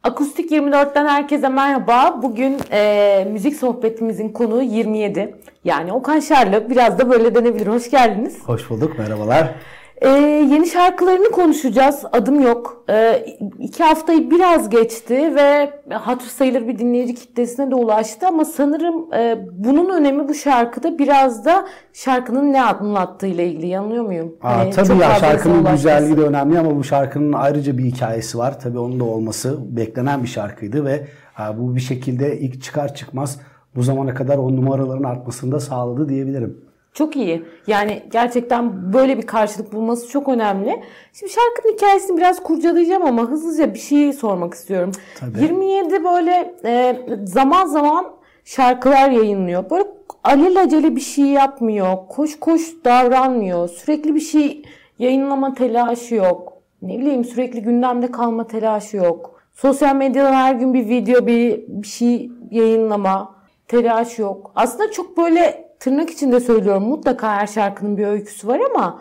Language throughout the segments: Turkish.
Akustik 24'ten herkese merhaba. Bugün müzik sohbetimizin konuğu 27. Yani Okan Şarlı, biraz da böyle denebilir. Hoş geldiniz. Hoş bulduk, merhabalar. Yeni şarkılarını konuşacağız. Adım Yok. 2 haftayı biraz geçti ve hatır sayılır bir dinleyici kitlesine de ulaştı. Ama sanırım bunun önemi bu şarkıda biraz da şarkının ne anlattığıyla ilgili. Yanılıyor muyum? Tabii ya, şarkının güzelliği de önemli ama bu şarkının ayrıca bir hikayesi var. Tabii onun da olması beklenen bir şarkıydı ve bu bir şekilde ilk çıkar çıkmaz bu zamana kadar o numaraların artmasını da sağladı diyebilirim. Çok iyi. Yani gerçekten böyle bir karşılık bulması çok önemli. Şimdi şarkının hikayesini biraz kurcalayacağım ama hızlıca bir şey sormak istiyorum. Tabii. 27 böyle zaman zaman şarkılar yayınlıyor. Böyle alelacele bir şey yapmıyor. Koş koş davranmıyor. Sürekli bir şey yayınlama telaşı yok. Ne bileyim, sürekli gündemde kalma telaşı yok. Sosyal medyadan her gün bir video, bir şey yayınlama telaşı yok. Aslında çok böyle tırnak içinde söylüyorum, mutlaka her şarkının bir öyküsü var ama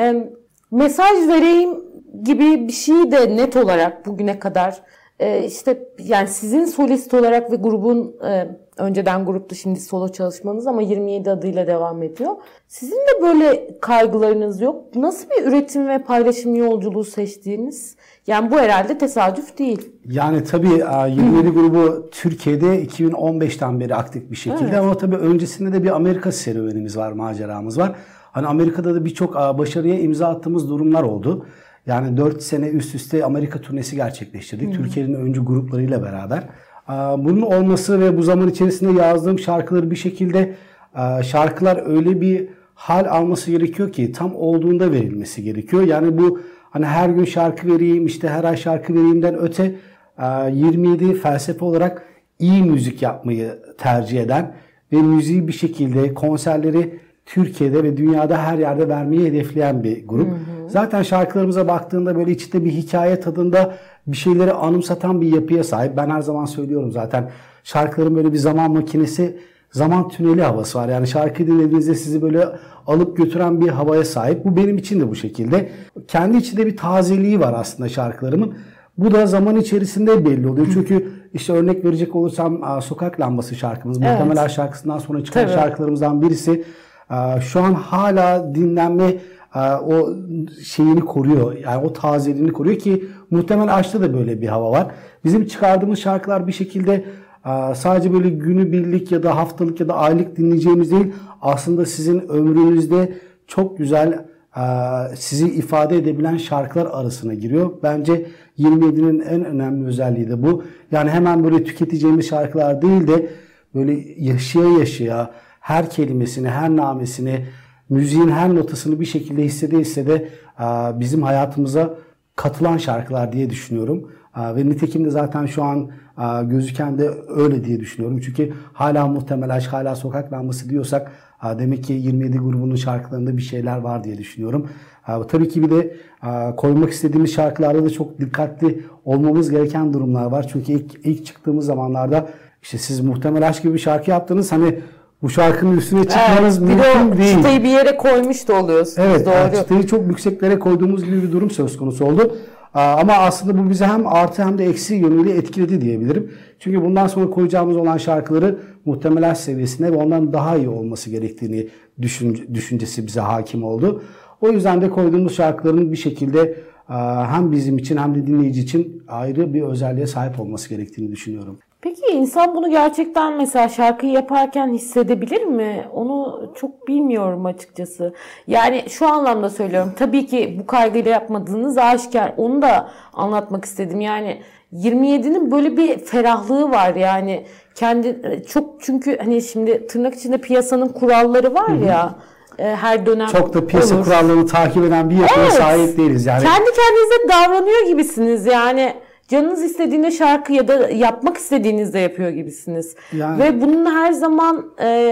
mesaj vereyim gibi bir şey de net olarak bugüne kadar işte yani sizin solist olarak ve grubun önceden gruptu, şimdi solo çalışmanız ama 27 adıyla devam ediyor. Sizin de böyle kaygılarınız yok. Nasıl bir üretim ve paylaşım yolculuğu seçtiğiniz? Yani bu herhalde tesadüf değil. Yani tabii 27 grubu Türkiye'de 2015'ten beri aktif bir şekilde, evet. Ama tabii öncesinde de bir Amerika serüvenimiz var, maceramız var. Hani Amerika'da da birçok başarıya imza attığımız durumlar oldu. Yani 4 sene üst üste Amerika turnesi gerçekleştirdik. Türkiye'nin öncü gruplarıyla beraber. Bunun olması ve bu zaman içerisinde yazdığım şarkıları bir şekilde şarkılar öyle bir hal alması gerekiyor ki tam olduğunda verilmesi gerekiyor. Yani bu hani her gün şarkı vereyim, işte her ay şarkı vereyimden öte 27 felsefe olarak iyi müzik yapmayı tercih eden ve müziği bir şekilde konserleri Türkiye'de ve dünyada her yerde vermeyi hedefleyen bir grup. Zaten şarkılarımıza baktığında böyle içinde bir hikaye tadında bir şeyleri anımsatan bir yapıya sahip. Ben her zaman söylüyorum zaten, şarkıların böyle bir zaman makinesi, zaman tüneli havası var. Yani şarkı dinlediğinizde sizi böyle alıp götüren bir havaya sahip. Bu benim için de bu şekilde. Kendi içinde bir tazeliği var aslında şarkılarımın. Bu da zaman içerisinde belli oluyor. Çünkü işte örnek verecek olursam Sokak Lambası şarkımız, evet. Muhtemelen şarkısından sonra çıkan şarkılarımızdan birisi. Şu an hala dinlenme o şeyini koruyor. Yani o tazeliğini koruyor ki Muhtemel Aşk'ta da böyle bir hava var. Bizim çıkardığımız şarkılar bir şekilde sadece böyle günübirlik ya da haftalık ya da aylık dinleyeceğimiz değil. Aslında sizin ömrünüzde çok güzel sizi ifade edebilen şarkılar arasına giriyor. Bence 27'nin en önemli özelliği de bu. Yani hemen böyle tüketeceğimiz şarkılar değil de böyle yaşaya yaşaya her kelimesini, her namesini, müziğin her notasını bir şekilde hissede bizim hayatımıza katılan şarkılar diye düşünüyorum. Ve nitekim de zaten şu an gözüken de öyle diye düşünüyorum. Çünkü hala Muhtemel Aşk, hala Sokak Lambası diyorsak demek ki 27 grubunun şarkılarında bir şeyler var diye düşünüyorum. Tabii ki bir de koymak istediğimiz şarkılarda da çok dikkatli olmamız gereken durumlar var. Çünkü ilk çıktığımız zamanlarda işte siz Muhtemel Aşk gibi bir şarkı yaptınız. Hani bu şarkının üstüne çıkmanız mümkün değil. Çıtayı bir yere koymuş da oluyorsunuz. Evet, doğru. Çıtayı çok yükseklere koyduğumuz gibi bir durum söz konusu oldu. Ama aslında bu bizi hem artı hem de eksi yönüyle etkiledi diyebilirim. Çünkü bundan sonra koyacağımız olan şarkıları muhtemelen seviyesine ve ondan daha iyi olması gerektiğini düşüncesi bize hakim oldu. O yüzden de koyduğumuz şarkıların bir şekilde hem bizim için hem de dinleyici için ayrı bir özelliğe sahip olması gerektiğini düşünüyorum. Peki insan bunu gerçekten mesela şarkıyı yaparken hissedebilir mi? Onu çok bilmiyorum açıkçası. Yani şu anlamda söylüyorum. Tabii ki bu kaygıyla yapmadığınız aşikar. Onu da anlatmak istedim. Yani 27'nin böyle bir ferahlığı var yani. Çünkü hani şimdi tırnak içinde piyasanın kuralları var ya. Her dönem çok da piyasa kurallarını takip eden bir yapıya sahip değiliz. Yani kendi kendinize davranıyor gibisiniz yani. Canınız istediğinde şarkı ya da yapmak istediğinizde yapıyor gibisiniz. Yani. Ve bunun her zaman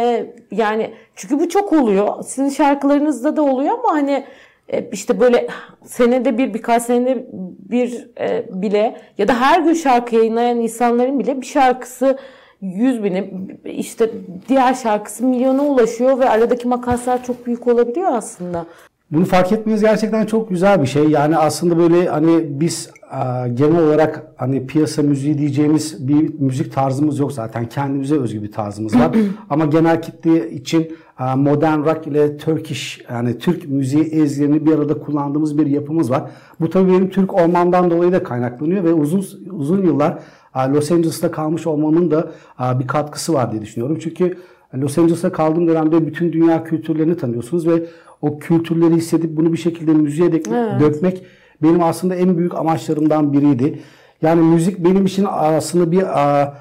yani çünkü bu çok oluyor. Sizin şarkılarınızda da oluyor ama hani işte böyle senede birkaç senede bir bile ya da her gün şarkı yayınlayan insanların bile bir şarkısı 100.000'e, işte diğer şarkısı milyona ulaşıyor ve aradaki makaslar çok büyük olabiliyor aslında. Bunu fark etmeniz gerçekten çok güzel bir şey. Yani aslında böyle hani biz genel olarak hani piyasa müziği diyeceğimiz bir müzik tarzımız yok zaten. Kendimize özgü bir tarzımız var. Ama genel kitle için modern rock ile Turkish yani Türk müziği ezgilerini bir arada kullandığımız bir yapımız var. Bu tabii benim Türk olmamdan dolayı da kaynaklanıyor ve uzun yıllar Los Angeles'ta kalmış olmamın da bir katkısı var diye düşünüyorum. Çünkü Los Angeles'ta kaldığım dönemde bütün dünya kültürlerini tanıyorsunuz ve o kültürleri hissedip bunu bir şekilde müziğe dökmek benim aslında en büyük amaçlarımdan biriydi. Yani müzik benim için aslında bir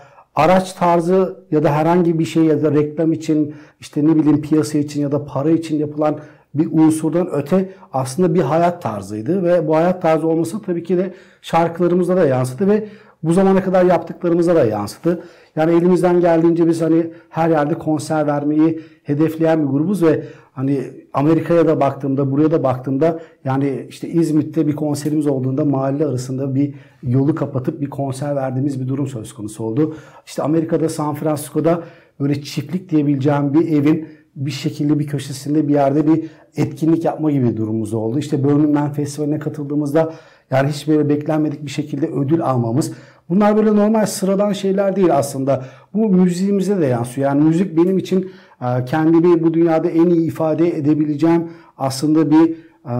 araç tarzı ya da herhangi bir şey ya da reklam için işte ne bileyim piyasa için ya da para için yapılan bir unsurdan öte aslında bir hayat tarzıydı ve bu hayat tarzı olması tabii ki de şarkılarımıza da yansıdı ve bu zamana kadar yaptıklarımıza da yansıdı. Yani elimizden geldiğince biz hani her yerde konser vermeyi hedefleyen bir grubuz ve hani Amerika'ya da baktığımda, buraya da baktığımda yani işte İzmit'te bir konserimiz olduğunda mahalle arasında bir yolu kapatıp bir konser verdiğimiz bir durum söz konusu oldu. İşte Amerika'da, San Francisco'da böyle çiftlik diyebileceğim bir evin bir şekilde bir köşesinde bir yerde bir etkinlik yapma gibi bir durumumuz oldu. İşte Burning Man Festivali'ne katıldığımızda yani hiç böyle beklenmedik bir şekilde ödül almamız. Bunlar böyle normal sıradan şeyler değil aslında. Bu müziğimize de yansıyor. Yani müzik benim için kendimi bu dünyada en iyi ifade edebileceğim aslında bir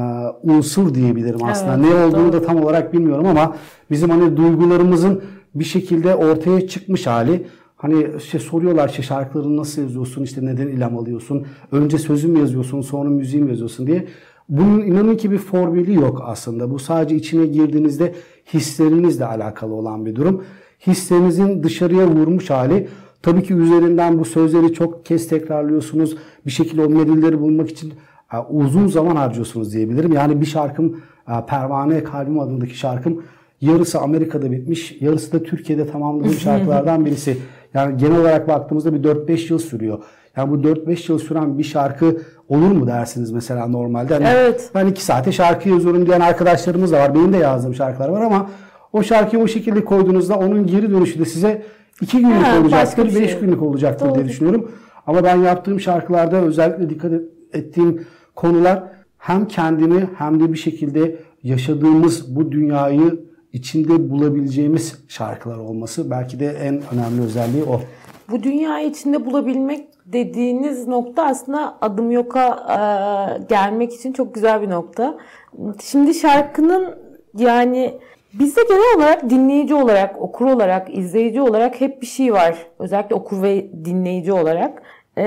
unsur diyebilirim aslında. Evet, ne olduğunu da tam olarak bilmiyorum ama bizim hani duygularımızın bir şekilde ortaya çıkmış hali. Hani işte soruyorlar işte şarkılarını nasıl yazıyorsun, işte neden ilham alıyorsun, önce sözü mü yazıyorsun, sonra müziği mi yazıyorsun diye. Bunun inanın ki bir formülü yok aslında. Bu sadece içine girdiğinizde hislerinizle alakalı olan bir durum. Hislerinizin dışarıya vurmuş hali. Tabii ki üzerinden bu sözleri çok kez tekrarlıyorsunuz. Bir şekilde o melodileri bulmak için uzun zaman harcıyorsunuz diyebilirim. Yani bir şarkım Pervane Kalbim adındaki şarkım yarısı Amerika'da bitmiş, yarısı da Türkiye'de tamamladığım şarkılardan birisi. Yani genel olarak baktığımızda bir 4-5 yıl sürüyor. Yani bu 4-5 yıl süren bir şarkı olur mu dersiniz mesela normalde? Hani evet. Ben 2 saate şarkı yazıyorum diyen arkadaşlarımız da var. Benim de yazdığım şarkılar var ama o şarkıyı o şekilde koyduğunuzda onun geri dönüşü de size 2 günlük olacaktır, 5 günlük olacaktır Doğru. diye düşünüyorum. Ama ben yaptığım şarkılarda özellikle dikkat ettiğim konular hem kendimi hem de bir şekilde yaşadığımız bu dünyayı içinde bulabileceğimiz şarkılar olması belki de en önemli özelliği o. Bu dünyayı içinde bulabilmek dediğiniz nokta aslında Adım Yok'a gelmek için çok güzel bir nokta. Şimdi şarkının yani bizde genel olarak dinleyici olarak, okur olarak, izleyici olarak hep bir şey var. Özellikle okur ve dinleyici olarak.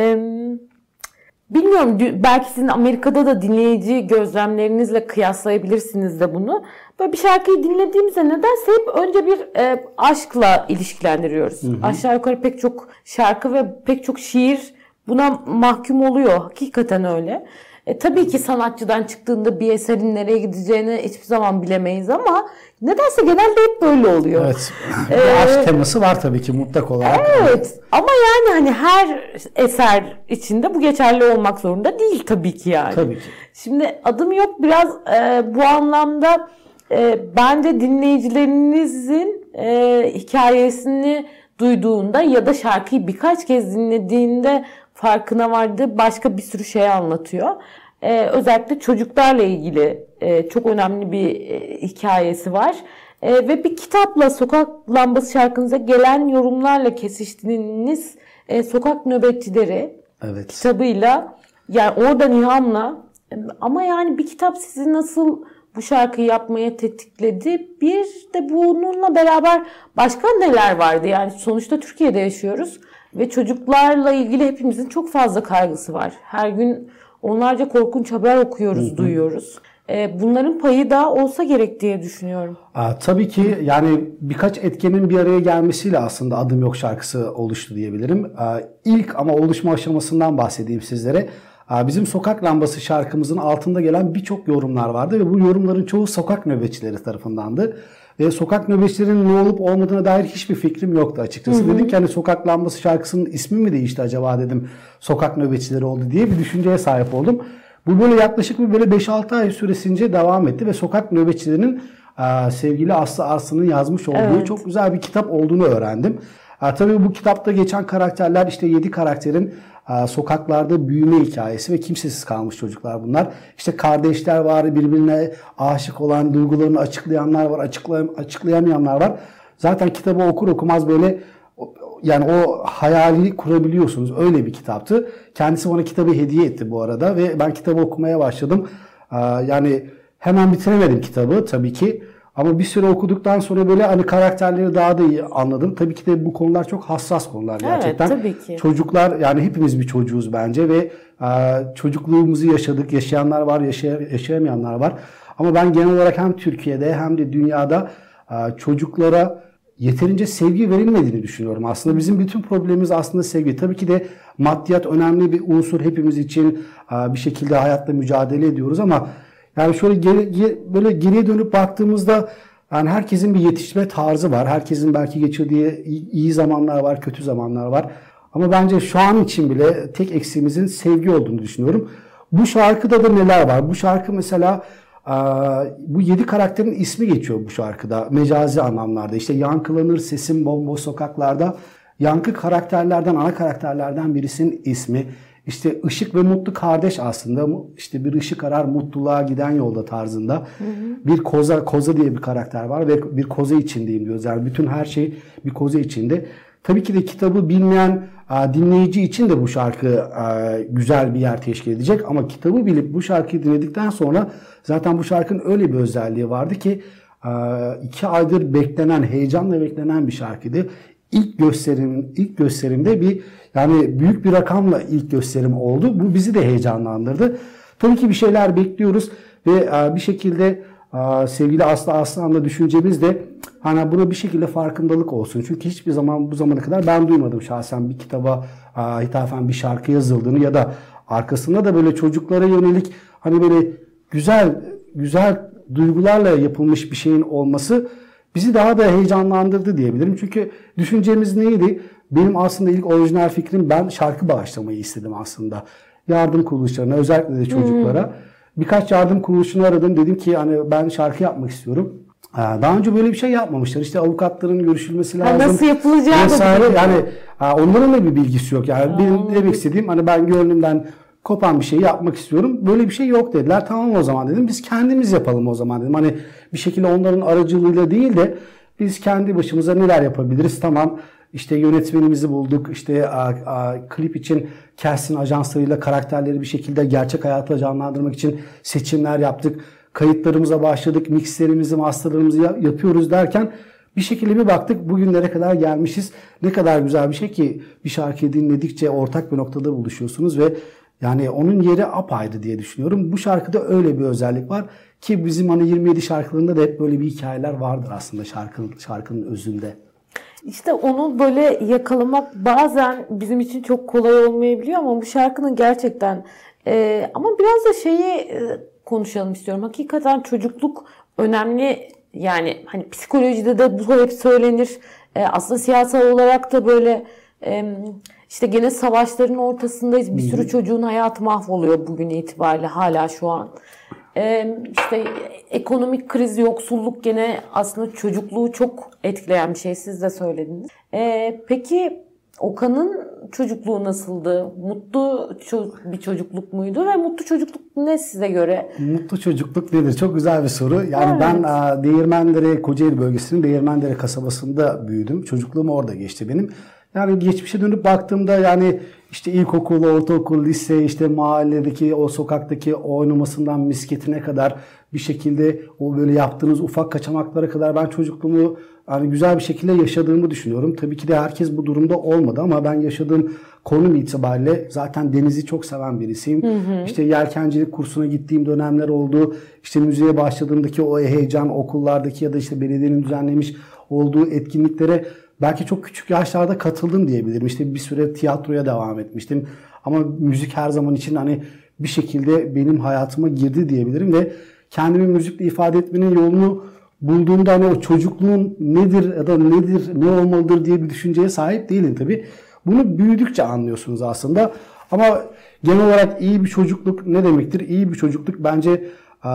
Bilmiyorum, belki sizin Amerika'da da dinleyici gözlemlerinizle kıyaslayabilirsiniz de bunu. Böyle bir şarkıyı dinlediğimizde nedense hep önce bir aşkla ilişkilendiriyoruz. Hı hı. Aşağı yukarı pek çok şarkı ve pek çok şiir buna mahkum oluyor. Hakikaten öyle. Tabii ki sanatçıdan çıktığında bir eserin nereye gideceğini hiçbir zaman bilemeyiz ama nedense genelde hep böyle oluyor. Evet. Aşk teması var tabii ki mutlak olarak. Evet. Ama yani hani her eser içinde bu geçerli olmak zorunda değil tabii ki yani. Tabii ki. Şimdi Adım Yok biraz bu anlamda bence dinleyicilerinizin hikayesini duyduğunda ya da şarkıyı birkaç kez dinlediğinde farkına vardığı başka bir sürü şey anlatıyor. Özellikle çocuklarla ilgili çok önemli bir hikayesi var. Ve bir kitapla Sokak Lambası şarkınıza gelen yorumlarla kesiştiğiniz Sokak Nöbetçileri kitabıyla yani oradan ilhamla ama yani bir kitap sizi nasıl bu şarkıyı yapmaya tetikledi? Bir de bununla beraber başka neler vardı? Yani sonuçta Türkiye'de yaşıyoruz ve çocuklarla ilgili hepimizin çok fazla kaygısı var. Her gün onlarca korkunç haber okuyoruz, duyuyoruz. Bunların payı da olsa gerek diye düşünüyorum. Tabii ki yani birkaç etkenin bir araya gelmesiyle aslında Adım Yok şarkısı oluştu diyebilirim. İlk ama oluşma aşamasından bahsedeyim sizlere. Bizim Sokak Lambası şarkımızın altında gelen birçok yorumlar vardı ve bu yorumların çoğu sokak nöbetçileri tarafındandı. Ve sokak nöbetçilerinin ne olup olmadığına dair hiçbir fikrim yoktu açıkçası. Dedim ki hani Sokak Lambası şarkısının ismi mi değişti acaba dedim. Sokak nöbetçileri oldu diye bir düşünceye sahip oldum. Bu böyle yaklaşık bir böyle 5-6 ay süresince devam etti ve sokak nöbetçilerinin sevgili Aslı Arslan'ın yazmış olduğu çok güzel bir kitap olduğunu öğrendim. Tabii bu kitapta geçen karakterler işte 7 karakterin sokaklarda büyüme hikayesi ve kimsesiz kalmış çocuklar bunlar. İşte kardeşler var, birbirine aşık olan, duygularını açıklayanlar var, açıklayamayanlar var. Zaten kitabı okur okumaz böyle yani o hayali kurabiliyorsunuz. Öyle bir kitaptı. Kendisi bana kitabı hediye etti bu arada ve ben kitabı okumaya başladım. Yani hemen bitiremedim kitabı tabii ki. Ama bir süre okuduktan sonra böyle hani karakterleri daha da iyi anladım. Tabii ki de bu konular çok hassas konular gerçekten. Evet, tabii ki. Çocuklar yani hepimiz bir çocuğuz bence ve çocukluğumuzu yaşadık. Yaşayanlar var, yaşayamayanlar var. Ama ben genel olarak hem Türkiye'de hem de dünyada çocuklara yeterince sevgi verilmediğini düşünüyorum. Aslında bizim bütün problemimiz aslında sevgi. Tabii ki de maddiyat önemli bir unsur hepimiz için. Bir şekilde hayatta mücadele ediyoruz ama yani şöyle böyle geriye dönüp baktığımızda yani herkesin bir yetişme tarzı var. Herkesin belki geçirdiği iyi zamanlar var, kötü zamanlar var. Ama bence şu an için bile tek eksiğimizin sevgi olduğunu düşünüyorum. Bu şarkıda da neler var? Bu şarkı mesela bu 7 karakterin ismi geçiyor bu şarkıda mecazi anlamlarda. İşte yankılanır sesim bomboş sokaklarda. Yankı karakterlerden, ana karakterlerden birisinin ismi. İşte ışık ve mutlu kardeş aslında. İşte bir ışık arar mutluluğa giden yolda tarzında. Hı hı. Bir koza diye bir karakter var ve bir koza içindeyim diyoruz. Yani bütün her şey bir koza içinde. Tabii ki de kitabı bilmeyen dinleyici için de bu şarkı güzel bir yer teşkil edecek. Ama kitabı bilip bu şarkıyı dinledikten sonra zaten bu şarkının öyle bir özelliği vardı ki 2 aydır beklenen, heyecanla beklenen bir şarkıydı. İlk gösterimde yani büyük bir rakamla ilk gösterim oldu. Bu bizi de heyecanlandırdı. Tabii ki bir şeyler bekliyoruz ve bir şekilde sevgili Aslı Arslan'la düşüncemiz de hani buna bir şekilde farkındalık olsun. Çünkü hiçbir zaman bu zamana kadar ben duymadım şahsen bir kitaba hitafen bir şarkı yazıldığını ya da arkasında da böyle çocuklara yönelik hani böyle güzel duygularla yapılmış bir şeyin olması bizi daha da heyecanlandırdı diyebilirim. Çünkü düşüncemiz neydi? Benim aslında ilk orijinal fikrim ben şarkı bağışlamayı istedim aslında. Yardım kuruluşlarına özellikle de çocuklara. Birkaç yardım kuruluşunu aradım. Dedim ki hani ben şarkı yapmak istiyorum. Daha önce böyle bir şey yapmamışlar. İşte avukatların görüşülmesi lazım. Nasıl yapılacağı vesaire. Yani onların da bir bilgisi yok. Yani benim demek istediğim hani ben gönlümden kopan bir şey yapmak istiyorum. Böyle bir şey yok dediler. Tamam o zaman dedim. Biz kendimiz yapalım o zaman dedim. Hani bir şekilde onların aracılığıyla değil de biz kendi başımıza neler yapabiliriz? Tamam işte yönetmenimizi bulduk. İşte klip için casting ajanslarıyla karakterleri bir şekilde gerçek hayata canlandırmak için seçimler yaptık. Kayıtlarımıza başladık. Mixlerimizi, masterlarımızı yapıyoruz derken bir şekilde bir baktık bugünlere kadar gelmişiz. Ne kadar güzel bir şey ki bir şarkıyı dinledikçe ortak bir noktada buluşuyorsunuz ve yani onun yeri apayrı diye düşünüyorum. Bu şarkıda öyle bir özellik var ki bizim hani 27 şarkılarında da hep böyle bir hikayeler vardır aslında şarkının özünde. İşte onu böyle yakalamak bazen bizim için çok kolay olmayabiliyor ama bu şarkının gerçekten ama biraz da konuşalım istiyorum. Hakikaten çocukluk önemli. Yani hani psikolojide de bu hep söylenir. Aslında siyasal olarak da böyle işte gene savaşların ortasındayız. Bir sürü çocuğun hayatı mahvoluyor bugün itibariyle hala şu an. İşte ekonomik kriz, yoksulluk gene aslında çocukluğu çok etkileyen bir şey. Siz de söylediniz. Peki Okan'ın çocukluğu nasıldı? Mutlu bir çocukluk muydu ve mutlu çocukluk ne size göre? Mutlu çocukluk nedir? Çok güzel bir soru. Yani evet. Ben Değirmendere, Kocaeli bölgesinin Değirmendere kasabasında büyüdüm. Çocukluğum orada geçti benim. Yani geçmişe dönüp baktığımda yani işte ilkokul, ortaokul, lise, işte mahalledeki o sokaktaki oynamasından misketine kadar bir şekilde o böyle yaptığınız ufak kaçamaklara kadar ben çocukluğumu hani güzel bir şekilde yaşadığımı düşünüyorum. Tabii ki de herkes bu durumda olmadı ama ben yaşadığım konum itibariyle zaten denizi çok seven birisiyim. Hı hı. İşte yelkencilik kursuna gittiğim dönemler oldu. İşte müziğe başladığımdaki o heyecan okullardaki ya da işte belediyenin düzenlemiş olduğu etkinliklere belki çok küçük yaşlarda katıldım diyebilirim. İşte bir süre tiyatroya devam etmiştim. Ama müzik her zaman için hani bir şekilde benim hayatıma girdi diyebilirim ve kendimi müzikle ifade etmenin yolunu bulduğumda hani o çocukluğun nedir ya da ne olmalıdır diye bir düşünceye sahip değilim tabii. Bunu büyüdükçe anlıyorsunuz aslında. Ama genel olarak iyi bir çocukluk ne demektir? İyi bir çocukluk bence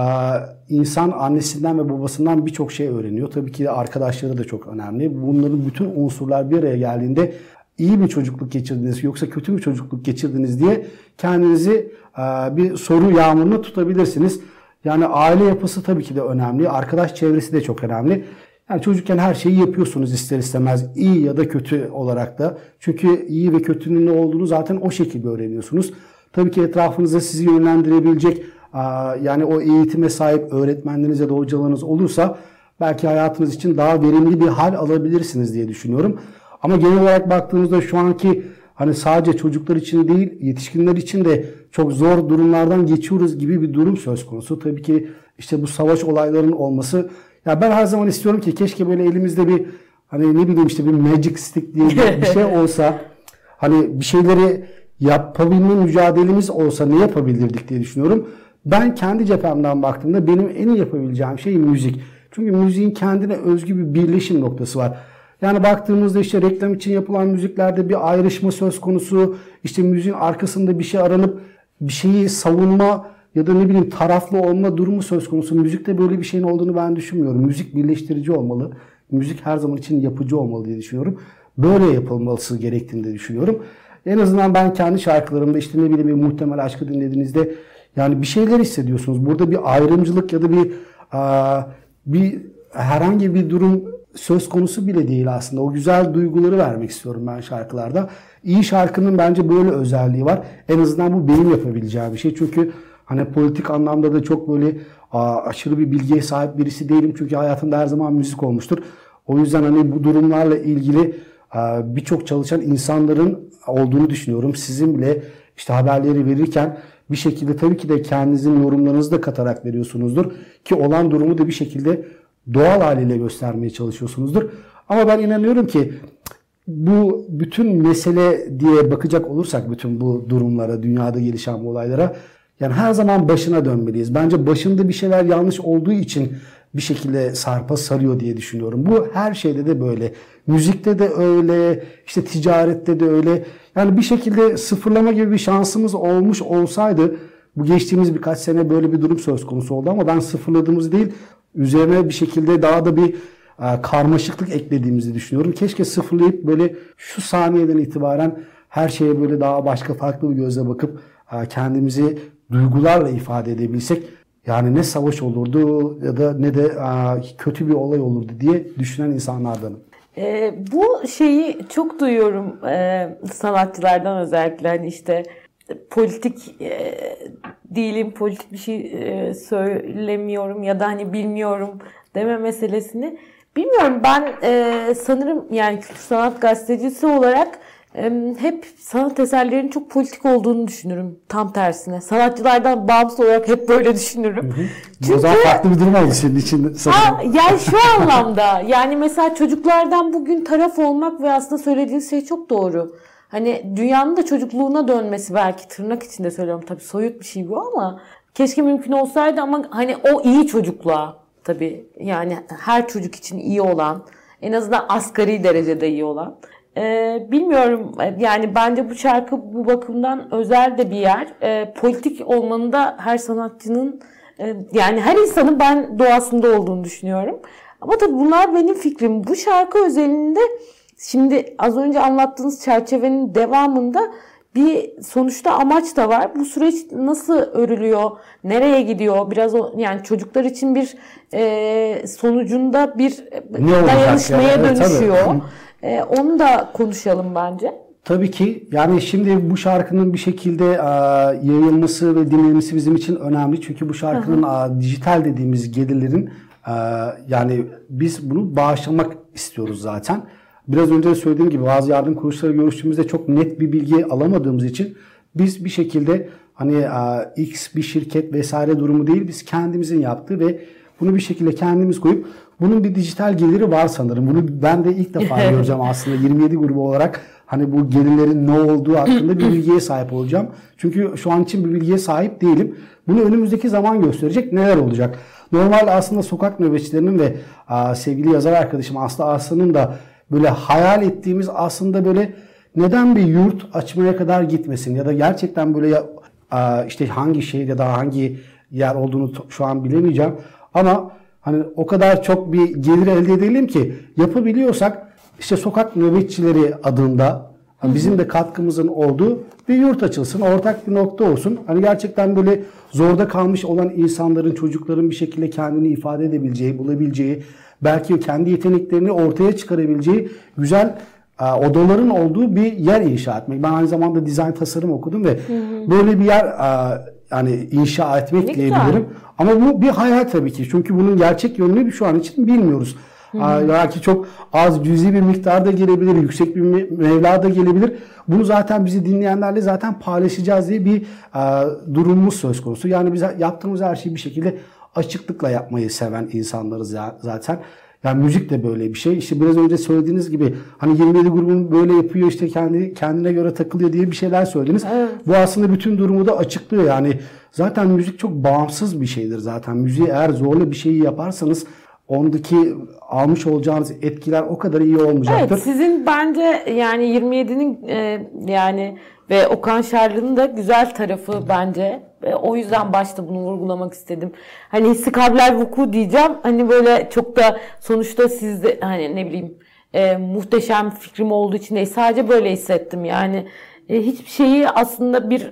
insan annesinden ve babasından birçok şey öğreniyor. Tabii ki arkadaşları da çok önemli. Bunların bütün unsurlar bir araya geldiğinde iyi mi çocukluk geçirdiniz yoksa kötü mü çocukluk geçirdiniz diye kendinizi bir soru yağmuruna tutabilirsiniz. Yani aile yapısı tabii ki de önemli. Arkadaş çevresi de çok önemli. Yani çocukken her şeyi yapıyorsunuz ister istemez. İyi ya da kötü olarak da. Çünkü iyi ve kötünün ne olduğunu zaten o şekilde öğreniyorsunuz. Tabii ki etrafınızda sizi yönlendirebilecek yani o eğitime sahip öğretmenleriniz ya da hocalarınız olursa belki hayatınız için daha verimli bir hal alabilirsiniz diye düşünüyorum. Ama genel olarak baktığımızda şu anki hani sadece çocuklar için değil yetişkinler için de çok zor durumlardan geçiyoruz gibi bir durum söz konusu. Tabii ki işte bu savaş olaylarının olması, ya ben her zaman istiyorum ki keşke böyle elimizde bir hani ne bileyim işte bir magic stick diye bir şey olsa, hani bir şeyleri yapabilme mücadelemiz olsa ne yapabilirdik diye düşünüyorum. Ben kendi cephemden baktığımda benim en iyi yapabileceğim şey müzik. Çünkü müziğin kendine özgü bir birleşim noktası var. Yani baktığımızda işte reklam için yapılan müziklerde bir ayrışma söz konusu, işte müziğin arkasında bir şey aranıp bir şeyi savunma ya da ne bileyim taraflı olma durumu söz konusu. Müzikte böyle bir şeyin olduğunu ben düşünmüyorum. Müzik birleştirici olmalı. Müzik her zaman için yapıcı olmalı diye düşünüyorum. Böyle yapılması gerektiğini de düşünüyorum. En azından ben kendi şarkılarımda işte ne bileyim Muhtemel Aşk'ı dinlediğinizde yani bir şeyler hissediyorsunuz. Burada bir ayrımcılık ya da bir herhangi bir durum söz konusu bile değil aslında. O güzel duyguları vermek istiyorum ben şarkılarda. İyi şarkının bence böyle özelliği var. En azından bu benim yapabileceğim bir şey. Çünkü hani politik anlamda da çok böyle aşırı bir bilgiye sahip birisi değilim. Çünkü hayatımda her zaman müzik olmuştur. O yüzden hani bu durumlarla ilgili birçok çalışan insanların olduğunu düşünüyorum. Sizin bile işte haberleri verirken bir şekilde tabii ki de kendinizin yorumlarınızı da katarak veriyorsunuzdur. Ki olan durumu da bir şekilde doğal haliyle göstermeye çalışıyorsunuzdur. Ama ben inanıyorum ki bu bütün mesele diye bakacak olursak bütün bu durumlara, dünyada gelişen bu olaylara yani her zaman başına dönmeliyiz. Bence başında bir şeyler yanlış olduğu için bir şekilde sarpa sarıyor diye düşünüyorum. Bu her şeyde de böyle. Müzikte de öyle, işte ticarette de öyle. Yani bir şekilde sıfırlama gibi bir şansımız olmuş olsaydı, bu geçtiğimiz birkaç sene böyle bir durum söz konusu oldu ama ben sıfırladığımız değil, üzerine bir şekilde daha da bir karmaşıklık eklediğimizi düşünüyorum. Keşke sıfırlayıp böyle şu saniyeden itibaren her şeye böyle daha başka farklı bir gözle bakıp kendimizi duygularla ifade edebilsek. Yani ne savaş olurdu ya da ne de kötü bir olay olurdu diye düşünen insanlardanım. Bu şeyi çok duyuyorum sanatçılardan özellikle hani işte politik değilim, politik bir şey söylemiyorum ya da hani bilmiyorum deme meselesini. Bilmiyorum ben sanırım yani kültür sanat gazetecisi olarak hep sanat eserlerinin çok politik olduğunu düşünürüm. Tam tersine. Sanatçılardan bağımsız olarak hep böyle düşünürüm. Çünkü, o zaman farklı bir durum oldu senin için. Yani şu anlamda yani mesela çocuklardan bugün taraf olmak ve aslında söylediğiniz şey çok doğru. Hani dünyanın da çocukluğuna dönmesi belki tırnak içinde söylüyorum tabii soyut bir şey bu ama keşke mümkün olsaydı ama hani o iyi çocukluğa tabii yani her çocuk için iyi olan en azından asgari derecede iyi olan. Bilmiyorum yani bence bu şarkı bu bakımdan özel de bir yer. Politik olmanın da her sanatçının yani her insanın ben doğasında olduğunu düşünüyorum. Ama tabii bunlar benim fikrim. Bu şarkı özelinde şimdi az önce anlattığınız çerçevenin devamında bir sonuçta amaç da var. Bu süreç nasıl örülüyor, nereye gidiyor? Biraz yani çocuklar için bir sonucunda bir dayanışmaya dönüşüyor. Onu da konuşalım bence. Tabii ki. Yani şimdi bu şarkının bir şekilde yayılması ve dinlenmesi bizim için önemli. Çünkü bu şarkının dijital dediğimiz gelirlerin yani biz bunu bağışlamak istiyoruz zaten. Biraz önce de söylediğim gibi bazı yardım kuruluşları görüştüğümüzde çok net bir bilgi alamadığımız için biz bir şekilde hani X bir şirket vesaire durumu değil biz kendimizin yaptığı ve bunu bir şekilde kendimiz koyup bunun bir dijital geliri var sanırım. Bunu ben de ilk defa göreceğim aslında 27 grubu olarak. Hani bu gelirlerin ne olduğu hakkında bir bilgiye sahip olacağım. Çünkü şu an için bir bilgiye sahip değilim. Bunu önümüzdeki zaman gösterecek neler olacak. Normal aslında sokak nöbetçilerinin ve sevgili yazar arkadaşım Aslı Arslan'ın da böyle hayal ettiğimiz aslında böyle neden bir yurt açmaya kadar gitmesin ya da gerçekten böyle işte hangi şehir ya da hangi yer olduğunu şu an bilemeyeceğim. Ama hani o kadar çok bir gelir elde edelim ki yapabiliyorsak işte sokak nöbetçileri adında Bizim de katkımızın olduğu bir yurt açılsın, ortak bir nokta olsun. Hani gerçekten böyle zorda kalmış olan insanların, çocukların bir şekilde kendini ifade edebileceği, bulabileceği, belki kendi yeteneklerini ortaya çıkarabileceği güzel odaların olduğu bir yer inşa etmek. Ben aynı zamanda dizayn tasarım okudum ve böyle bir yer yani inşa etmek diyebilirim. Ama bu bir hayal tabii ki. Çünkü bunun gerçek yönünü şu an için bilmiyoruz. Belki çok az cüzi bir miktarda gelebilir, yüksek bir meblağ da gelebilir. Bunu zaten bizi dinleyenlerle zaten paylaşacağız diye bir durumumuz söz konusu. Yani biz yaptığımız her şeyi bir şekilde açıklıkla yapmayı seven insanlarız zaten. Yani müzik de böyle bir şey. İşte biraz önce söylediğiniz gibi hani 27 grubun böyle yapıyor, işte kendine göre takılıyor diye bir şeyler söylediniz. Evet. Bu aslında bütün durumu da açıklıyor. Yani zaten müzik çok bağımsız bir şeydir zaten. Müziği eğer zorla bir şeyi yaparsanız ondaki almış olacağınız etkiler o kadar iyi olmayacaktır. Evet, sizin bence yani 27'nin yani ve Okan Şarlı'nın da güzel tarafı bence. O yüzden başta bunu vurgulamak istedim. Hani hissi kabiler vuku diyeceğim. Hani böyle çok da sonuçta sizde hani ne bileyim muhteşem fikrim olduğu için değil. Sadece böyle hissettim yani. Hiçbir şeyi aslında bir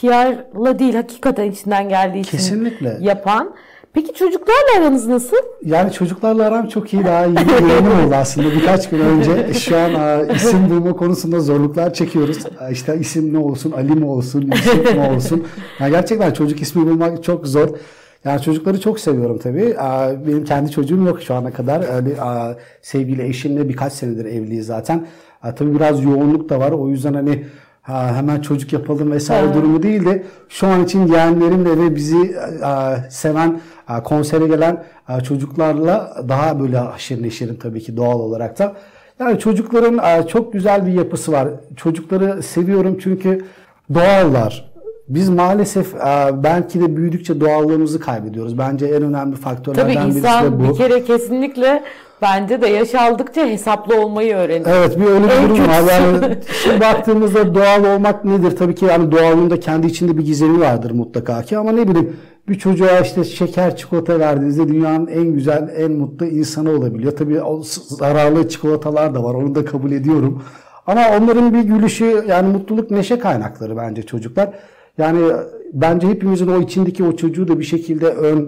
PR'la değil, hakikaten içinden geldiği için kesinlikle yapan. Peki çocuklarla aranız nasıl? Yani çocuklarla aram çok iyi. Daha yeni oldu aslında. Birkaç gün önce şu an isim bulma konusunda zorluklar çekiyoruz. İşte isim ne olsun, Ali mi olsun, Yusuf mu olsun. Yani gerçekten çocuk ismi bulmak çok zor. Yani çocukları çok seviyorum tabii. Benim kendi çocuğum yok şu ana kadar. Öyle sevgili eşimle birkaç senedir evliyiz zaten. Tabii biraz yoğunluk da var. O yüzden hani hemen çocuk yapalım vesaire durumu değil de şu an için yeğenlerimle ve bizi seven, konsere gelen çocuklarla daha böyle haşır neşirim tabii ki doğal olarak da. Yani çocukların çok güzel bir yapısı var. Çocukları seviyorum çünkü doğallar. Biz maalesef belki de büyüdükçe doğallığımızı kaybediyoruz. Bence en önemli faktörlerden birisi de bu. Tabii insan bir kere kesinlikle bence de yaş aldıkça hesaplı olmayı öğreniyor. Evet, bir öyle bir durum var. Yani şimdi baktığımızda doğal olmak nedir? Tabii ki yani doğalın da kendi içinde bir gizemi vardır mutlaka ki, ama ne bileyim bir çocuğa işte şeker çikolata verdiğinizde dünyanın en güzel, en mutlu insanı olabiliyor. Tabii o zararlı çikolatalar da var. Onu da kabul ediyorum. Ama onların bir gülüşü, yani mutluluk, neşe kaynakları bence çocuklar. Yani bence hepimizin o içindeki o çocuğu da bir şekilde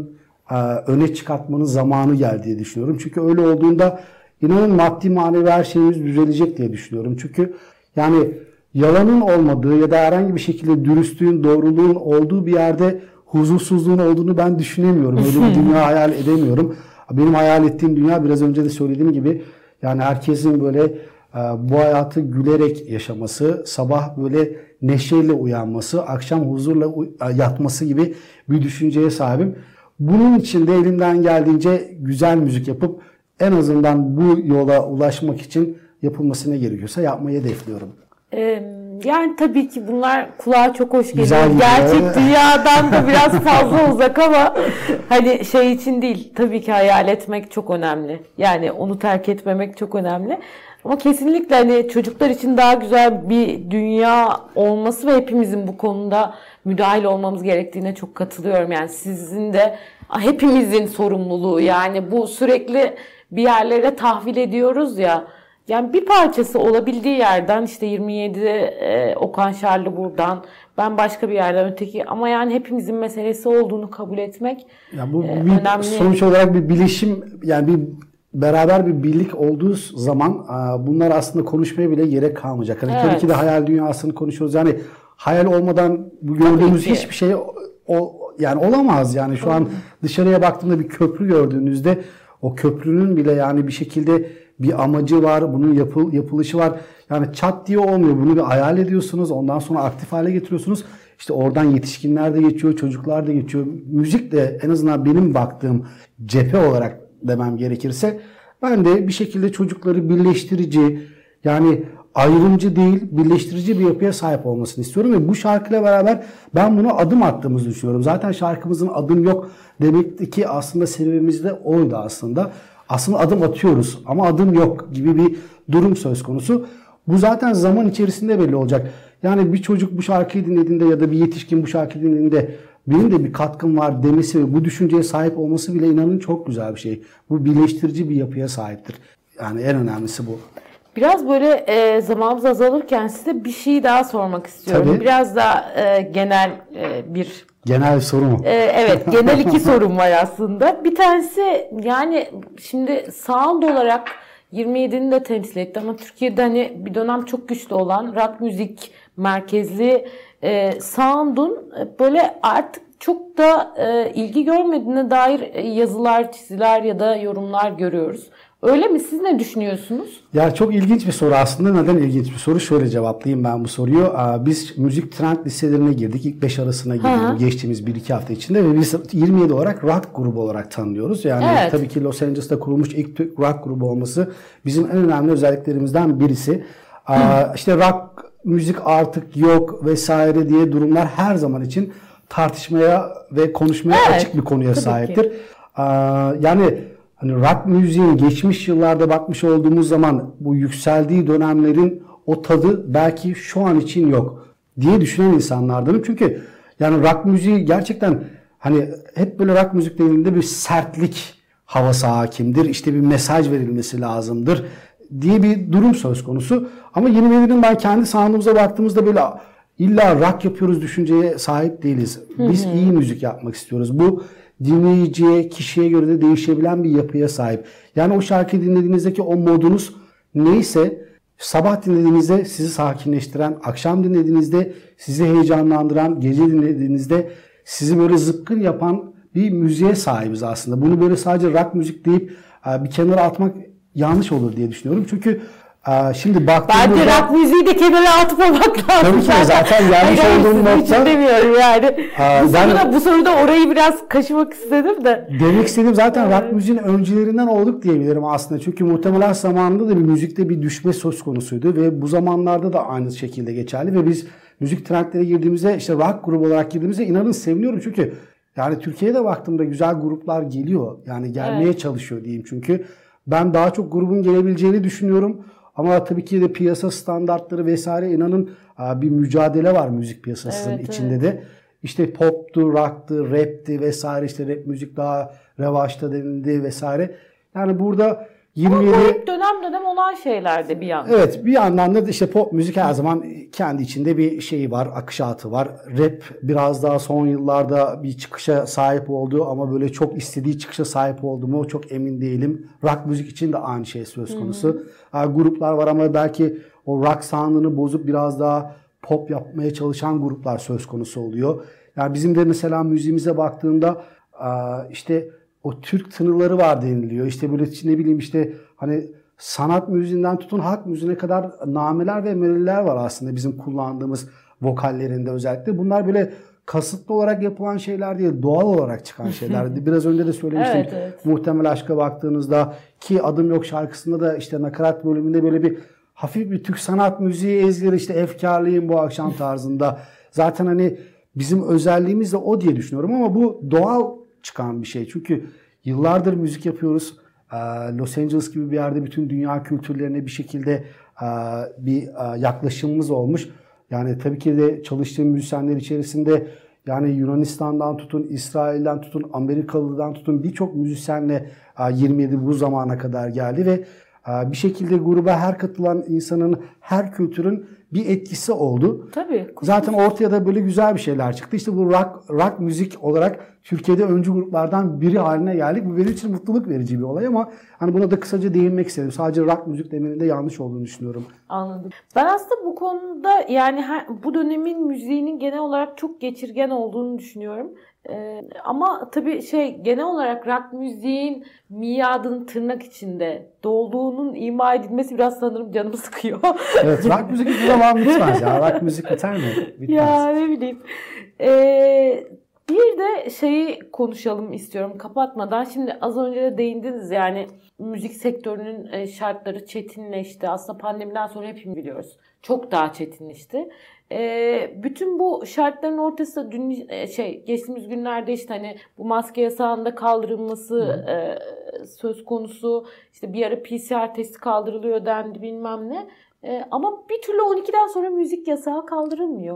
öne çıkartmanın zamanı geldi diye düşünüyorum. Çünkü öyle olduğunda inanın maddi manevi her şeyimiz düzelecek diye düşünüyorum. Çünkü yani yalanın olmadığı ya da herhangi bir şekilde dürüstlüğün, doğruluğun olduğu bir yerde huzursuzluğun olduğunu ben düşünemiyorum. Öyle bir dünya hayal edemiyorum. Benim hayal ettiğim dünya, biraz önce de söylediğim gibi, yani herkesin böyle bu hayatı gülerek yaşaması, sabah böyle neşeyle uyanması, akşam huzurla yatması gibi bir düşünceye sahibim. Bunun için de elimden geldiğince güzel müzik yapıp en azından bu yola ulaşmak için yapılması ne gerekiyorsa yapmayı hedefliyorum. Yani tabii ki bunlar kulağa çok hoş geliyor. Gerçek dünyadan da biraz fazla uzak ama hani şey için değil. Tabii ki hayal etmek çok önemli. Yani onu terk etmemek çok önemli. Ama kesinlikle hani çocuklar için daha güzel bir dünya olması ve hepimizin bu konuda müdahil olmamız gerektiğine çok katılıyorum. Yani sizin de, hepimizin sorumluluğu. Yani bu sürekli bir yerlere tahvil ediyoruz ya. Yani bir parçası olabildiği yerden, işte 27'de Okan Şarlı buradan, ben başka bir yerden öteki, ama yani hepimizin meselesi olduğunu kabul etmek ya bu önemli. Sonuç olarak bir bilişim, yani bir beraber bir birlik olduğu zaman bunlar aslında konuşmaya bile gerek kalmayacak. Hani tabii ki de hayal dünyasını konuşuyoruz. Yani hayal olmadan bu gördüğümüz hiçbir şey yani olamaz. Yani şu an dışarıya baktığımda bir köprü gördüğünüzde o köprünün bile yani bir şekilde bir amacı var, bunun yapılışı var. Yani çat diye olmuyor. Bunu bir hayal ediyorsunuz, ondan sonra aktif hale getiriyorsunuz. İşte oradan yetişkinler de geçiyor, çocuklar da geçiyor. Müzik de en azından benim baktığım cephe olarak demem gerekirse, ben de bir şekilde çocukları birleştirici, yani ayrımcı değil, birleştirici bir yapıya sahip olmasını istiyorum ve bu şarkıyla beraber ben buna adım attığımızı düşünüyorum. Zaten şarkımızın adım yok demek ki aslında sebebimiz de oydu aslında. Aslında adım atıyoruz ama adım yok gibi bir durum söz konusu. Bu zaten zaman içerisinde belli olacak. Yani bir çocuk bu şarkıyı dinlediğinde ya da bir yetişkin bu şarkıyı dinlediğinde benim de bir katkım var demesi ve bu düşünceye sahip olması bile inanın çok güzel bir şey. Bu birleştirici bir yapıya sahiptir. Yani en önemlisi bu. Biraz böyle zamanımız azalırken size bir şey daha sormak istiyorum. Tabii. Biraz daha genel bir... Genel soru mu? Evet, genel 2 sorum var aslında. Bir tanesi, yani şimdi sound olarak 27'ni de temsil etti ama Türkiye'de hani bir dönem çok güçlü olan rock müzik merkezli sound'un böyle artık çok da ilgi görmediğine dair yazılar, çiziler ya da yorumlar görüyoruz. Öyle mi? Siz ne düşünüyorsunuz? Ya çok ilginç bir soru aslında. Neden ilginç bir soru? Şöyle cevaplayayım ben bu soruyu. Biz müzik trend listelerine girdik. İlk 5 arasına girdik geçtiğimiz 1-2 hafta içinde ve biz 27 olarak rock grubu olarak tanınıyoruz. Yani tabii ki Los Angeles'ta kurulmuş ilk Türk rock grubu olması bizim en önemli özelliklerimizden birisi. İşte rock müzik artık yok vesaire diye durumlar her zaman için tartışmaya ve konuşmaya açık bir konuya sahiptir. Yani hani rock müziğin geçmiş yıllarda bakmış olduğumuz zaman bu yükseldiği dönemlerin o tadı belki şu an için yok diye düşünen insanlardanım. Çünkü yani rock müziği gerçekten hani hep böyle rock müzik dediğinde bir sertlik havası hakimdir. İşte bir mesaj verilmesi lazımdır diye bir durum söz konusu. Ama yeni neslin ben kendi sound'umuza baktığımızda böyle illa rock yapıyoruz düşünceye sahip değiliz. Biz iyi müzik yapmak istiyoruz. Bu dinleyiciye, kişiye göre de değişebilen bir yapıya sahip. Yani o şarkıyı dinlediğinizdeki o modunuz neyse sabah dinlediğinizde sizi sakinleştiren, akşam dinlediğinizde sizi heyecanlandıran, gece dinlediğinizde sizi böyle zıpkın yapan bir müziğe sahibiz aslında. Bunu böyle sadece rock müzik deyip bir kenara atmak yanlış olur diye düşünüyorum. Çünkü şimdi baktığımızda... Bence rock müziği de kenara atıp olmak lazım. Tabii ki zaten yanlış olduğum nokta... demiyorum yani. Bu soruda orayı biraz kaşımak istedim de. Demek istediğim zaten rock müziğin öncülerinden olduk diyebilirim aslında. Çünkü muhtemelen zamanında da bir müzikte bir düşme söz konusuydu ve bu zamanlarda da aynı şekilde geçerli ve biz müzik trendlere girdiğimizde işte rock grubu olarak girdiğimizde inanın seviniyorum çünkü yani Türkiye'de baktığımda güzel gruplar geliyor. Yani gelmeye çalışıyor diyeyim çünkü ben daha çok grubun gelebileceğini düşünüyorum. Ama tabii ki de piyasa standartları vesaire inanın bir mücadele var müzik piyasasının içinde de. İşte poptu, rock'tı, rap'ti vesaire işte rap müzik daha revaçta denildi vesaire. Yani burada 27... Ama bu hep dönem dönem olan şeylerdi bir yandan. Evet bir yandan da işte pop müzik her zaman kendi içinde bir şeyi var, akışatı var. Rap biraz daha son yıllarda bir çıkışa sahip oldu ama böyle çok istediği çıkışa sahip oldu mu çok emin değilim. Rock müzik için de aynı şey söz konusu. Gruplar var ama belki o rock sound'ını bozup biraz daha pop yapmaya çalışan gruplar söz konusu oluyor. Yani bizim de mesela müziğimize baktığında işte o Türk tınıları var deniliyor. İşte böyle ne bileyim işte hani sanat müziğinden tutun halk müziğine kadar nameler ve melodiler var aslında bizim kullandığımız vokallerinde özellikle. Bunlar böyle kasıtlı olarak yapılan şeyler değil, doğal olarak çıkan şeyler. Biraz önce de söylemiştim. Muhtemel Aşk'a baktığınızda ki Adım Yok şarkısında da işte nakarat bölümünde böyle bir hafif bir Türk sanat müziği ezgileri işte efkarlıyım bu akşam tarzında. Zaten hani bizim özelliğimiz de o diye düşünüyorum ama bu doğal çıkan bir şey. Çünkü yıllardır müzik yapıyoruz. Los Angeles gibi bir yerde bütün dünya kültürlerine bir şekilde bir yaklaşımımız olmuş. Yani tabii ki de çalıştığım müzisyenler içerisinde yani Yunanistan'dan tutun, İsrail'den tutun, Amerikalı'dan tutun birçok müzisyenle 27 bu zamana kadar geldi ve bir şekilde gruba her katılan insanın, her kültürün bir etkisi oldu. Tabii. Zaten ortaya da böyle güzel bir şeyler çıktı. İşte bu rock müzik olarak Türkiye'de öncü gruplardan biri haline geldik. Bu benim için mutluluk verici bir olay ama hani buna da kısaca değinmek istedim. Sadece rock müzik demenin de yanlış olduğunu düşünüyorum. Anladım. Ben aslında bu konuda yani bu dönemin müziğinin genel olarak çok geçirgen olduğunu düşünüyorum. Ama tabii genel olarak rock müziğin miadın tırnak içinde dolduğunun ima edilmesi biraz sanırım canımı sıkıyor. Evet, rock müzik hiçbir zaman bitmez ya. Rock müzik biter mi? Bitmez. Ya ne bileyim. Bir de konuşalım istiyorum kapatmadan. Şimdi az önce de değindiniz yani müzik sektörünün şartları çetinleşti. Aslında pandemiden sonra hepimiz biliyoruz. Çok daha çetinleşti. Bütün bu şartların ortasında geçtiğimiz günlerde işte hani bu maske yasağında kaldırılması söz konusu. İşte bir ara PCR testi kaldırılıyor dendi bilmem ne. Ama bir türlü 12'den sonra müzik yasağı kaldırılmıyor.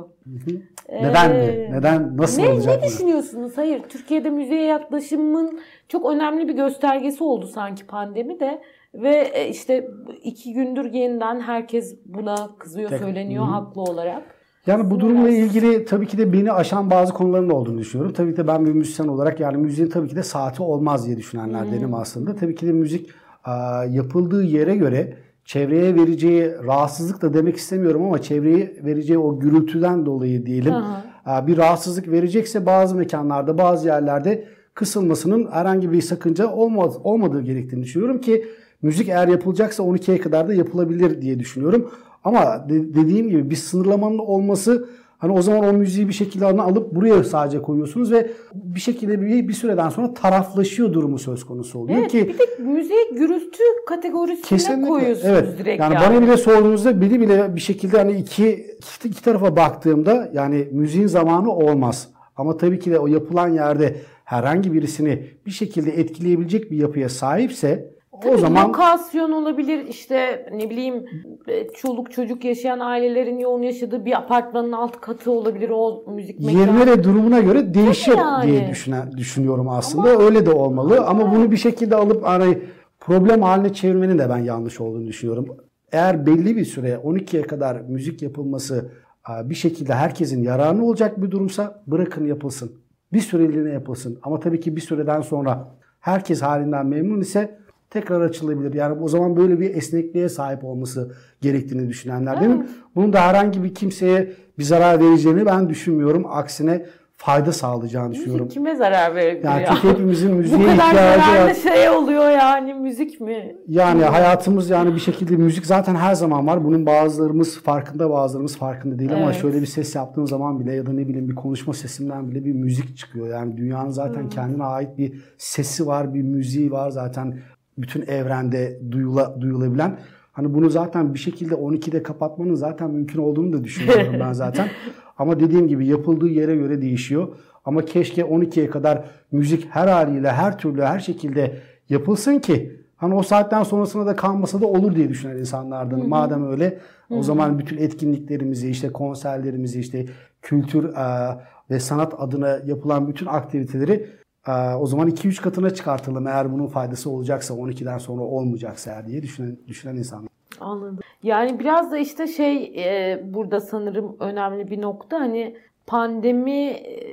Neden mi? Neden? Nasıl olacak? Ne düşünüyorsunuz? Hayır, Türkiye'de müziğe yaklaşımın çok önemli bir göstergesi oldu sanki pandemi de. Ve işte 2 gündür yeniden herkes buna kızıyor, söyleniyor haklı olarak. Yani bu durumla ilgili tabii ki de beni aşan bazı konuların olduğunu düşünüyorum. Tabii ki de ben bir müzisyen olarak yani müziğin tabii ki de saati olmaz diye düşünenlerdenim aslında. Tabii ki de müzik yapıldığı yere göre çevreye vereceği rahatsızlık da demek istemiyorum ama çevreye vereceği o gürültüden dolayı diyelim bir rahatsızlık verecekse bazı mekanlarda, bazı yerlerde kısılmasının herhangi bir sakınca olmadığı gerektiğini düşünüyorum ki müzik eğer yapılacaksa 12'ye kadar da yapılabilir diye düşünüyorum. Ama dediğim gibi bir sınırlamanın olması hani o zaman o müziği bir şekilde alıp buraya sadece koyuyorsunuz ve bir şekilde bir süreden sonra taraflaşıyor durumu söz konusu oluyor ki bir de müziğe gürültü kategorisine koyuyorsunuz direkt yani. Bana bile sorduğunuzda bile bir şekilde hani iki tarafa baktığımda yani müziğin zamanı olmaz. Ama tabii ki de o yapılan yerde herhangi birisini bir şekilde etkileyebilecek bir yapıya sahipse tabii o zaman lokasyon olabilir, işte ne bileyim çoluk çocuk yaşayan ailelerin yoğun yaşadığı bir apartmanın alt katı olabilir o müzik mekanı. Yerine ve durumuna göre değişir diye düşünüyorum aslında. Ama öyle de olmalı ama bunu bir şekilde alıp hani problem haline çevirmenin de ben yanlış olduğunu düşünüyorum. Eğer belli bir süre 12'ye kadar müzik yapılması bir şekilde herkesin yararına olacak bir durumsa bırakın yapılsın. Bir süreliğine yapılsın. Ama tabii ki bir süreden sonra herkes halinden memnun ise tekrar açılabilir. Yani o zaman böyle bir esnekliğe sahip olması gerektiğini düşünenlerdenim. Bunun da herhangi bir kimseye bir zarar vereceğini ben düşünmüyorum. Aksine fayda sağlayacağını düşünüyorum. Müzik kime zarar verebilir yani ya? Çünkü hepimizin müziğe ihtiyacı var. Bu kadar zararlı var. Oluyor yani müzik mi? Yani hayatımız yani bir şekilde müzik zaten her zaman var. Bunun bazılarımız farkında, bazılarımız farkında değil ama şöyle bir ses yaptığım zaman bile ya da ne bileyim bir konuşma sesimden bile bir müzik çıkıyor. Yani dünyanın zaten kendine ait bir sesi var, bir müziği var zaten bütün evrende duyulabilen. Hani bunu zaten bir şekilde 12'de kapatmanın zaten mümkün olduğunu da düşünüyorum ben zaten. Ama dediğim gibi yapıldığı yere göre değişiyor. Ama keşke 12'ye kadar müzik her haliyle, her türlü, her şekilde yapılsın ki hani o saatten sonrasında da kalmasa da olur diye düşünen insanlardan. Madem öyle o zaman bütün etkinliklerimizi, işte konserlerimizi, işte kültür ve sanat adına yapılan bütün aktiviteleri o zaman 2-3 katına çıkartalım eğer bunun faydası olacaksa 12'den sonra olmayacaksa eğer diye düşünen insanlar. Anladım. Yani biraz da işte burada sanırım önemli bir nokta hani pandemi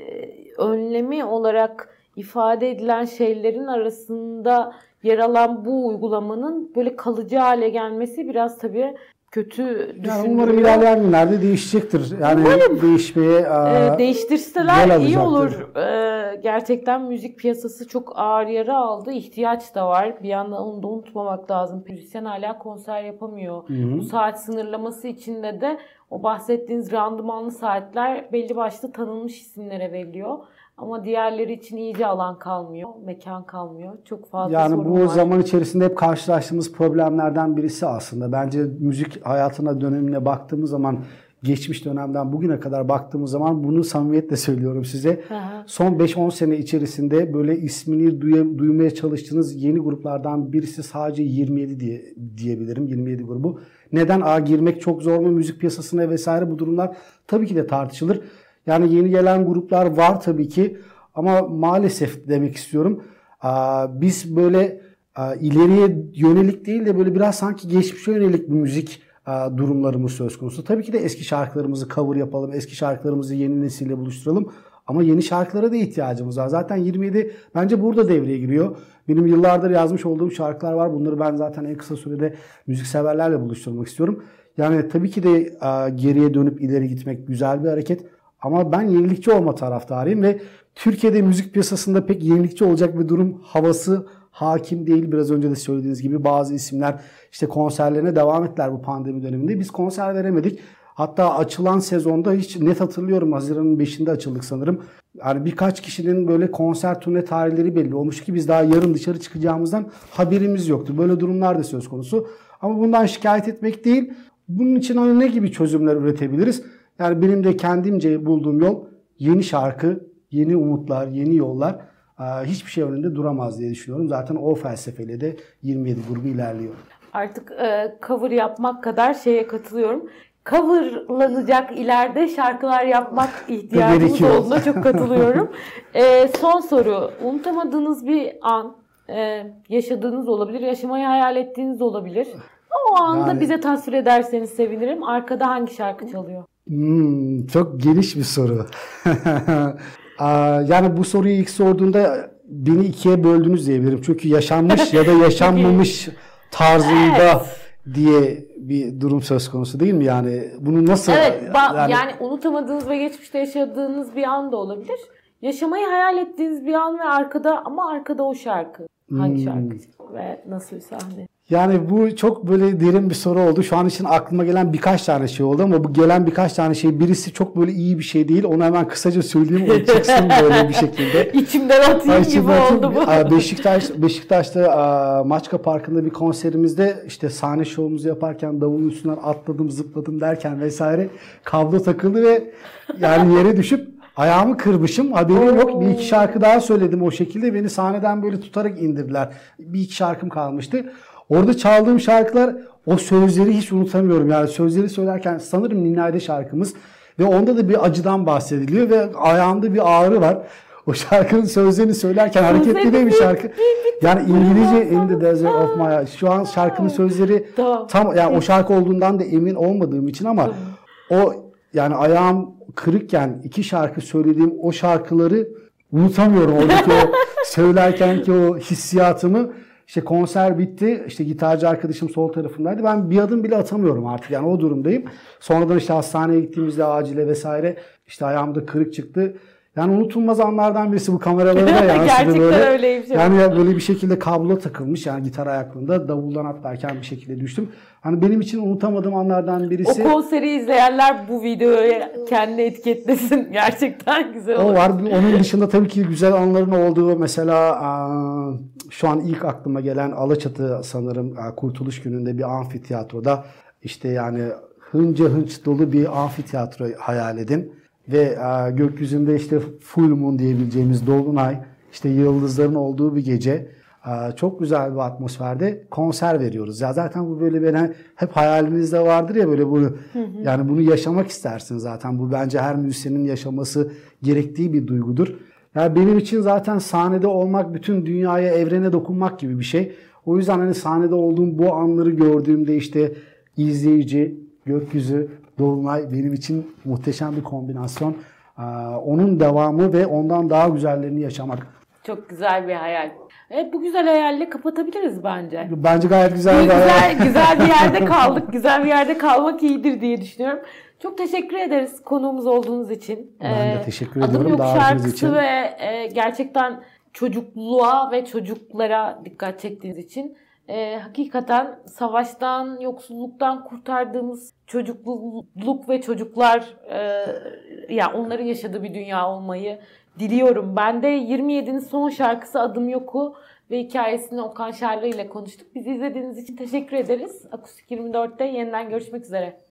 önlemi olarak ifade edilen şeylerin arasında yer alan bu uygulamanın böyle kalıcı hale gelmesi biraz tabii kötü düşündürüyor. Yani umarım ilerleyen günlerde değişecektir. Yani değişmeye değiştirseler iyi olur. Gerçekten müzik piyasası çok ağır yara aldı. İhtiyaç da var. Bir yandan onu da unutmamak lazım. Müzisyen hala konser yapamıyor. Bu saat sınırlaması içinde de o bahsettiğiniz randımanlı saatler belli başlı tanınmış isimlere veriliyor. Ama diğerleri için iyice alan kalmıyor, mekan kalmıyor. Çok fazla yani sorun bu var. zaman içerisinde hep karşılaştığımız problemlerden birisi aslında. Bence müzik hayatına dönemine baktığımız zaman, geçmiş dönemden bugüne kadar baktığımız zaman bunu samimiyetle söylüyorum size. Son 5-10 sene içerisinde böyle ismini duymaya çalıştığınız yeni gruplardan birisi sadece 27 diyebilirim. 27 grubu. Neden? Girmek çok zor mu müzik piyasasına vesaire bu durumlar tabii ki de tartışılır. Yani yeni gelen gruplar var tabii ki ama maalesef demek istiyorum biz böyle ileriye yönelik değil de böyle biraz sanki geçmişe yönelik bir müzik durumlarımız söz konusu. Tabii ki de eski şarkılarımızı cover yapalım, eski şarkılarımızı yeni nesille buluşturalım ama yeni şarkılara da ihtiyacımız var. Zaten 27 bence burada devreye giriyor. Benim yıllardır yazmış olduğum şarkılar var. Bunları ben zaten en kısa sürede müzikseverlerle buluşturmak istiyorum. Yani tabii ki de geriye dönüp ileri gitmek güzel bir hareket. Ama ben yenilikçi olma taraftarıyım ve Türkiye'de müzik piyasasında pek yenilikçi olacak bir durum havası hakim değil. Biraz önce de söylediğiniz gibi bazı isimler işte konserlerine devam ettiler bu pandemi döneminde. Biz konser veremedik. Hatta açılan sezonda hiç net hatırlıyorum Haziran'ın 5'inde açıldık sanırım. Yani birkaç kişinin böyle konser turne tarihleri belli olmuş ki biz daha yarın dışarı çıkacağımızdan haberimiz yoktu. Böyle durumlar da söz konusu. Ama bundan şikayet etmek değil. Bunun için hani ne gibi çözümler üretebiliriz? Yani benim de kendimce bulduğum yol yeni şarkı, yeni umutlar, yeni yollar hiçbir şey önünde duramaz diye düşünüyorum. Zaten o felsefeyle de 27 grubu ilerliyor. Artık cover yapmak kadar şeye katılıyorum. Coverlanacak ileride şarkılar yapmak ihtiyacımız Gerekiyor. olduğuna çok katılıyorum. Son soru. Unutamadığınız bir an yaşadığınız olabilir, yaşamayı hayal ettiğiniz olabilir. O anda Yani- bize tasvir ederseniz sevinirim. Arkada hangi şarkı çalıyor? Çok geniş bir soru. Yani bu soruyu ilk sorduğunda beni ikiye böldünüz diyebilirim. Çünkü yaşanmış ya da yaşanmamış tarzında diye bir durum söz konusu değil mi? Yani bunu nasıl... Evet, yani unutamadığınız ve geçmişte yaşadığınız bir an da olabilir. Yaşamayı hayal ettiğiniz bir an ve arkada o şarkı. Hangi şarkı ve nasıl bir sahne? Yani bu çok böyle derin bir soru oldu. Şu an için aklıma gelen birkaç tane şey oldu ama bu gelen birkaç tane şey birisi çok böyle iyi bir şey değil. Onu hemen kısaca söyleyeyim. O çıksın böyle bir şekilde. İçimden atayım gibi oldu bu. Beşiktaş'ta Maçka Parkı'nda bir konserimizde işte sahne şovumuzu yaparken davulun üstünden atladım, zıpladım derken vesaire kablo takıldı ve yani yere düşüp ayağımı kırmışım. Haberim yok. Bir iki şarkı daha söyledim o şekilde. Beni sahneden böyle tutarak indirdiler. Bir iki şarkım kalmıştı. Orada çaldığım şarkılar, o sözleri hiç unutamıyorum. Yani sözleri söylerken sanırım Ninay'da şarkımız ve onda da bir acıdan bahsediliyor ve ayağımda bir ağrı var. O şarkının sözlerini söylerken hareketli de bir şarkı. Yani İngilizce In the Desert of My Heart. Şu an şarkının sözleri tam yani o şarkı olduğundan da emin olmadığım için ama o yani ayağım kırıkken iki şarkı söylediğim o şarkıları unutamıyorum. Oradaki o söylerkenki o hissiyatımı. İşte konser bitti. İşte gitarcı arkadaşım sol tarafındaydı. Ben bir adım bile atamıyorum artık. Yani o durumdayım. Sonradan işte hastaneye gittiğimizde acile vesaire işte ayağımda kırık çıktı. Yani unutulmaz anlardan birisi bu kameralara da yansıdı. Gerçekten böyle. öyleymiş. Yani böyle bir şekilde kablo takılmış. Yani gitar ayaklığında davuldan atlarken bir şekilde düştüm. Hani benim için unutamadığım anlardan birisi. O konseri izleyenler bu videoyu kendine etiketlesin. Gerçekten güzel olur. O var. Onun dışında tabii ki güzel anların olduğu mesela şu an ilk aklıma gelen Alaçatı sanırım Kurtuluş Günü'nde bir amfiteyatroda işte yani hınca hınç dolu bir amfiteyatro hayal edin. Ve gökyüzünde işte full moon diyebileceğimiz dolunay, işte yıldızların olduğu bir gece çok güzel bir atmosferde konser veriyoruz. Ya zaten bu böyle ben hep hayalinizde vardır ya böyle bunu yani bunu yaşamak istersin zaten. Bu bence her müzisyenin yaşaması gerektiği bir duygudur. Yani benim için zaten sahnede olmak bütün dünyaya, evrene dokunmak gibi bir şey. O yüzden hani sahnede olduğum bu anları gördüğümde işte izleyici, gökyüzü, dolunay benim için muhteşem bir kombinasyon. Onun devamı ve ondan daha güzellerini yaşamak. Çok güzel bir hayal. Evet, bu güzel hayalle kapatabiliriz bence. Bence gayet güzel bir hayal. Güzel bir yerde kaldık. Güzel bir yerde kalmak iyidir diye düşünüyorum. Çok teşekkür ederiz konuğumuz olduğunuz için. Ben de teşekkür Adım ediyorum Yok davetiniz için. şarkısı ve gerçekten çocukluğa ve çocuklara dikkat çektiğiniz için. Hakikaten savaştan, yoksulluktan kurtardığımız çocukluk ve çocuklar yani onların yaşadığı bir dünya olmayı diliyorum. Ben de 27'nin son şarkısı Adım Yok'u ve hikayesini Okan Şarlı ile konuştuk. Bizi izlediğiniz için teşekkür ederiz. Akustik 24'te yeniden görüşmek üzere.